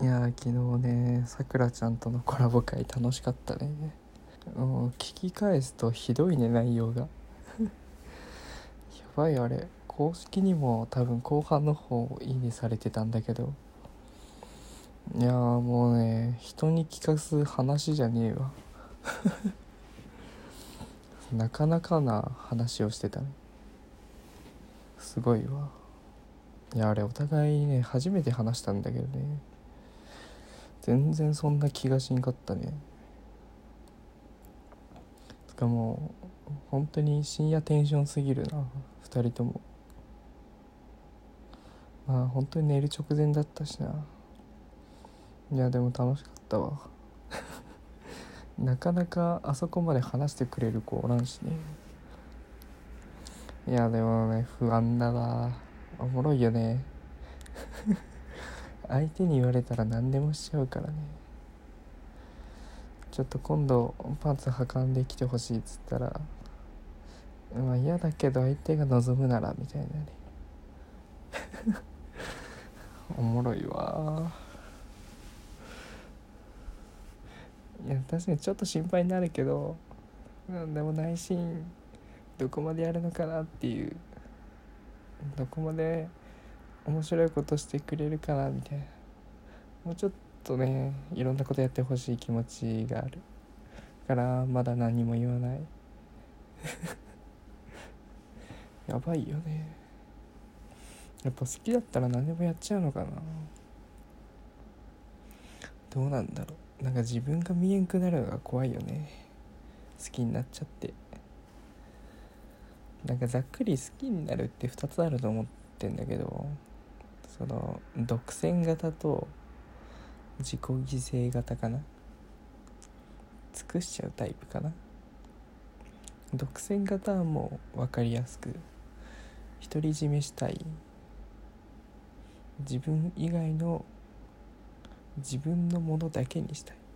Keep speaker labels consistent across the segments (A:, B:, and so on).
A: やー、昨日ね、さくらちゃんとのコラボ会楽しかったね。もう聞き返すとひどいね、内容が。やばい。あれ公式にも多分後半の方いいねされてたんだけど、いやーもうね、人に聞かす話じゃねえわ。なかなかな話をしてたね。すごいわ。いや、あれお互いね、初めて話したんだけどね、全然そんな気がしんかったね。つかもう本当に深夜テンションすぎるな、二人とも。まあ本当に寝る直前だったしな。いやでも楽しかったわ。なかなかあそこまで話してくれる子おらんしね。いやでもね、不安だわ。おもろいよね。相手に言われたら何でもしちゃうからね。ちょっと今度パンツはかんできてほしいっつったら、まあ嫌だけど相手が望むならみたいなね。おもろいわ。いや確かにちょっと心配になるけど、でも内心どこまでやるのかなっていう、どこまで面白いことしてくれるかなみたいな、もうちょっとね、いろんなことやってほしい気持ちがあるからまだ何も言わない。やばいよね。やっぱ好きだったら何でもやっちゃうのかな。どうなんだろう。なんか自分が見えんくなるのが怖いよね、好きになっちゃって。なんかざっくり好きになるって2つあると思ってんだけど、その独占型と自己犠牲型かな。尽くしちゃうタイプかな。独占型はもう分かりやすく独り占めしたい、自分以外の自分のものだけにしたい、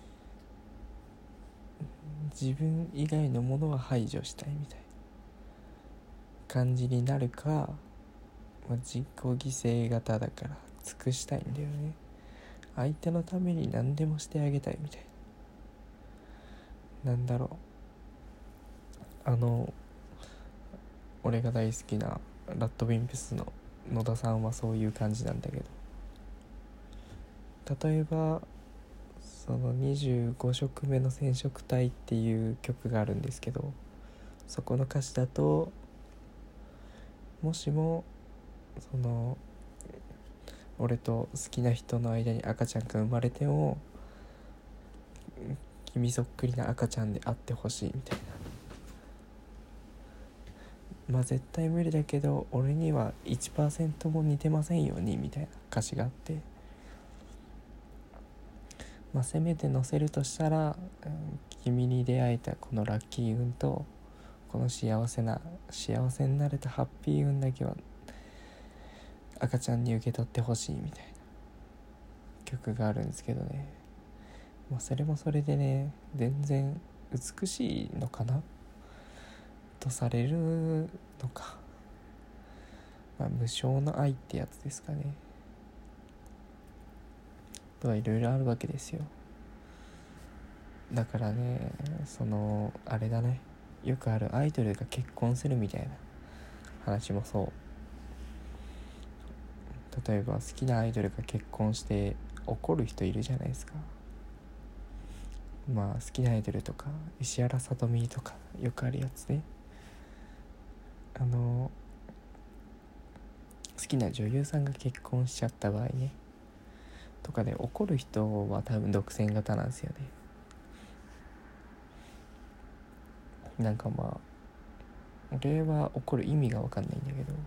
A: 自分以外のものは排除したいみたいな感じになるか、自己犠牲型だから尽くしたいんだよね。相手のために何でもしてあげたいみたいな。なんだろう、俺が大好きなラッドウィンプスの野田さんはそういう感じなんだけど、例えばその25色目の染色体っていう曲があるんですけど、そこの歌詞だと、もしもその俺と好きな人の間に赤ちゃんが生まれても、君そっくりな赤ちゃんであってほしいみたいな。まあ絶対無理だけど俺には 1% も似てませんようにみたいな歌詞があって、まあせめて載せるとしたら、君に出会えたこのラッキー運とこの幸せになれたハッピー運だけは赤ちゃんに受け取ってほしいみたいな曲があるんですけどね。まあそれもそれでね、全然美しいのかなとされるのか、まあ無償の愛ってやつですかね。とはいろいろあるわけですよ。だからね、そのあれだね、よくあるアイドルが結婚するみたいな話もそう。例えば好きなアイドルが結婚して怒る人いるじゃないですか。まあ好きなアイドルとか石原さとみとかよくあるやつね。好きな女優さんが結婚しちゃった場合ねとかで怒る人は多分独占型なんですよね。なんかまあ俺は怒る意味が分かんないんだけど、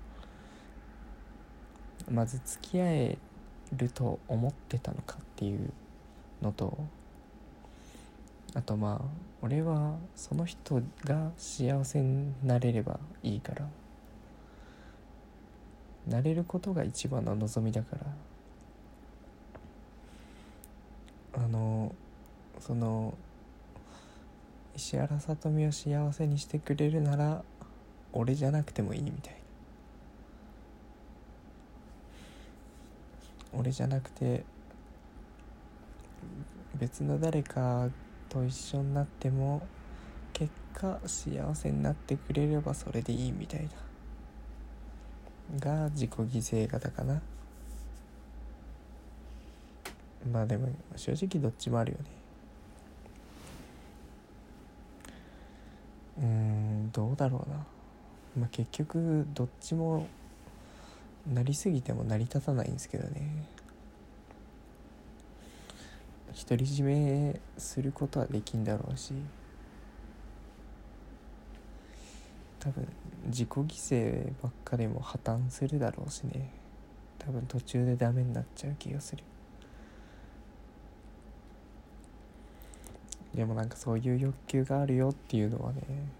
A: まず付き合えると思ってたのかっていうのと、あとまあ俺はその人が幸せになれればいいから、なれることが一番の望みだから、その石原さとみを幸せにしてくれるなら俺じゃなくてもいいみたいな。俺じゃなくて別の誰かと一緒になっても結果幸せになってくれればそれでいいみたいなが自己犠牲型かな。まあでも正直どっちもあるよね。どうだろうな。まあ結局どっちもなりすぎても成り立たないんですけどね。独り占めすることはできんだろうし、多分自己犠牲ばっかでも破綻するだろうしね。多分途中でダメになっちゃう気がする。でもなんかそういう欲求があるよっていうのはね、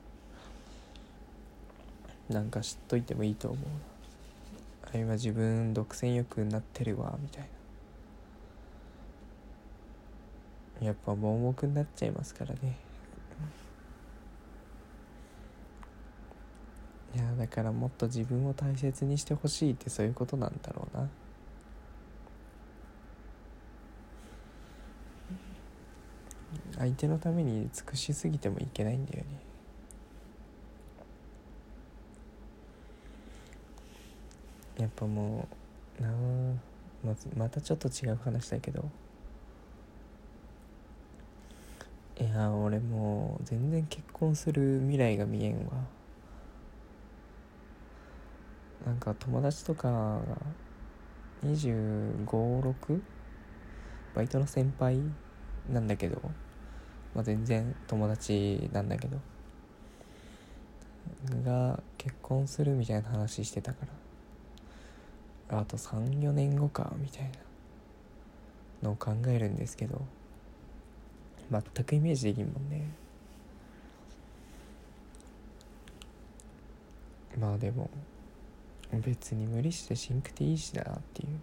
A: なんか知っといてもいいと思うな。今自分独占欲になってるわみたいな。やっぱ盲目になっちゃいますからね。いやだからもっと自分を大切にしてほしいってそういうことなんだろうな。相手のために尽くしすぎてもいけないんだよね。やっぱもうなあ、またちょっと違う話だけど、いや俺もう全然結婚する未来が見えんわ。なんか友達とかが25、6バイトの先輩なんだけど、全然友達なんだけどが結婚するみたいな話してたから、あと3、4年後かみたいなのを考えるんですけど、全くイメージできんもんね。まあでも別に無理してしんくていいしなっていう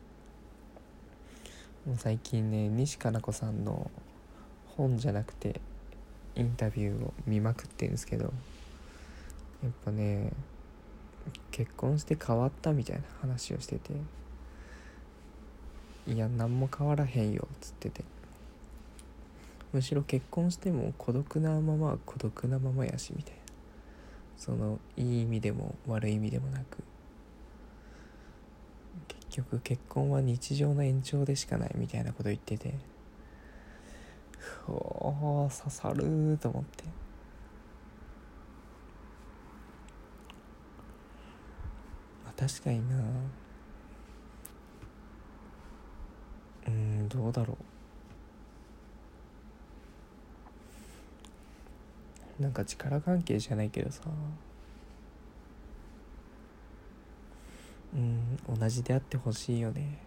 A: 。もう最近ね、西加奈子さんの本じゃなくてインタビューを見まくってるんですけど、やっぱね結婚して変わったみたいな話をしてて、いや何も変わらへんよっつってて、むしろ結婚しても孤独なままは孤独なままやしみたいな、そのいい意味でも悪い意味でもなく、結局結婚は日常の延長でしかないみたいなこと言ってて、刺さると思って。確かにな。どうだろう。なんか力関係じゃないけどさ、同じであってほしいよね。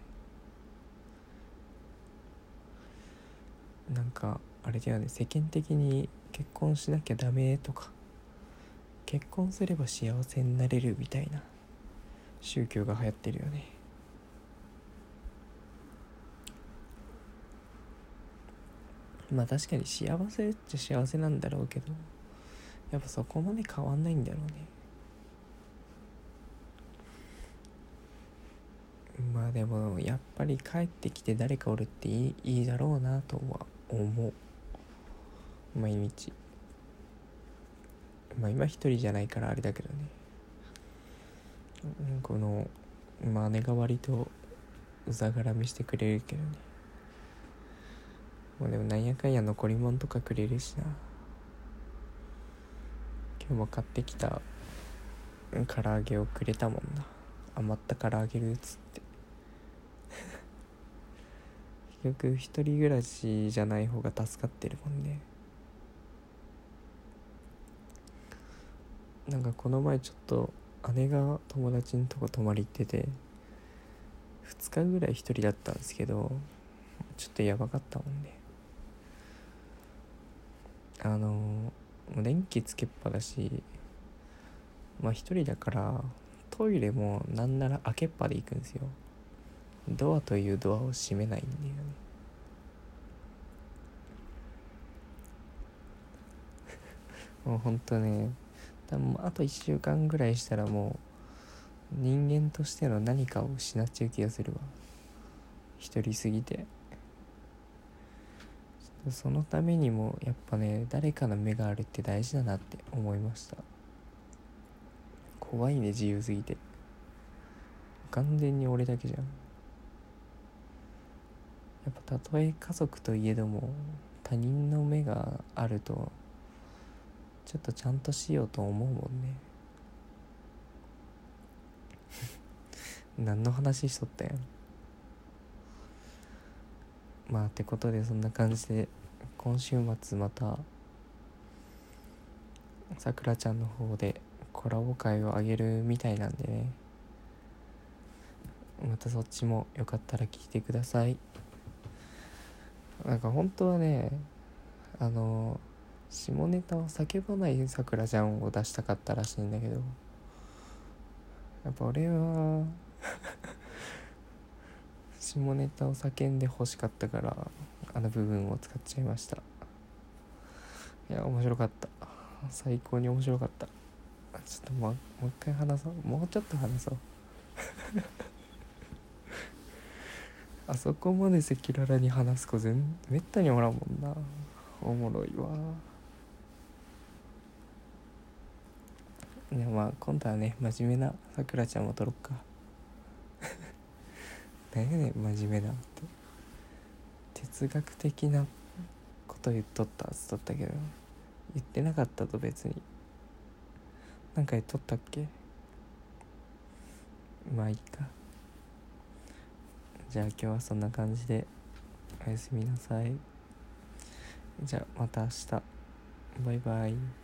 A: なんかあれだよね、世間的に結婚しなきゃダメとか、結婚すれば幸せになれるみたいな宗教が流行ってるよね。確かに幸せっちゃ幸せなんだろうけど、やっぱそこまで変わんないんだろうね。でもやっぱり帰ってきて誰かおるっていいだろうなとは思う、毎日。今一人じゃないからあれだけどね。この姉が割とうざがらみしてくれるけどね。でもなんやかんや残り物とかくれるしな。今日も買ってきた唐揚げをくれたもんな。余った唐揚げるっつって結局一人暮らしじゃない方が助かってるもんね。なんかこの前ちょっと姉が友達のとこ泊まり行ってて、2日ぐらい一人だったんですけど、ちょっとやばかったもんね。電気つけっぱだし、一人だからトイレもなんなら開けっぱで行くんですよ。ドアというドアを閉めないんだよね。もうほんとね、多分あと1週間ぐらいしたらもう人間としての何かを失っちゃう気がするわ、一人すぎて。 そのためにもやっぱね、誰かの目があるって大事だなって思いました。怖いね、自由すぎて。完全に俺だけじゃん。やっぱたとえ家族といえども他人の目があるとちょっとちゃんとしようと思うもんね。何の話しとったやん。まあってことで、そんな感じで今週末またさくらちゃんの方でコラボ会をあげるみたいなんでね、またそっちもよかったら聞いてください。なんか本当はね、下ネタを叫ばないさくらちゃんを出したかったらしいんだけど、やっぱ俺は下ネタを叫んで欲しかったから、あの部分を使っちゃいました。いや面白かった、最高に面白かった。ちょっともう一回話そう、もうちょっと話そうあそこまで赤裸々に話す子めったにおらんもんな。おもろいわ。いやまあ今度はね、真面目なさくらちゃんも撮ろっか何やねん真面目なって、哲学的なこと言っとったっつっとったけど、言ってなかったと別に。なんか言っとったっけ。まあいいか。じゃあ今日はそんな感じでおやすみなさい。じゃあまた明日。バイバイ。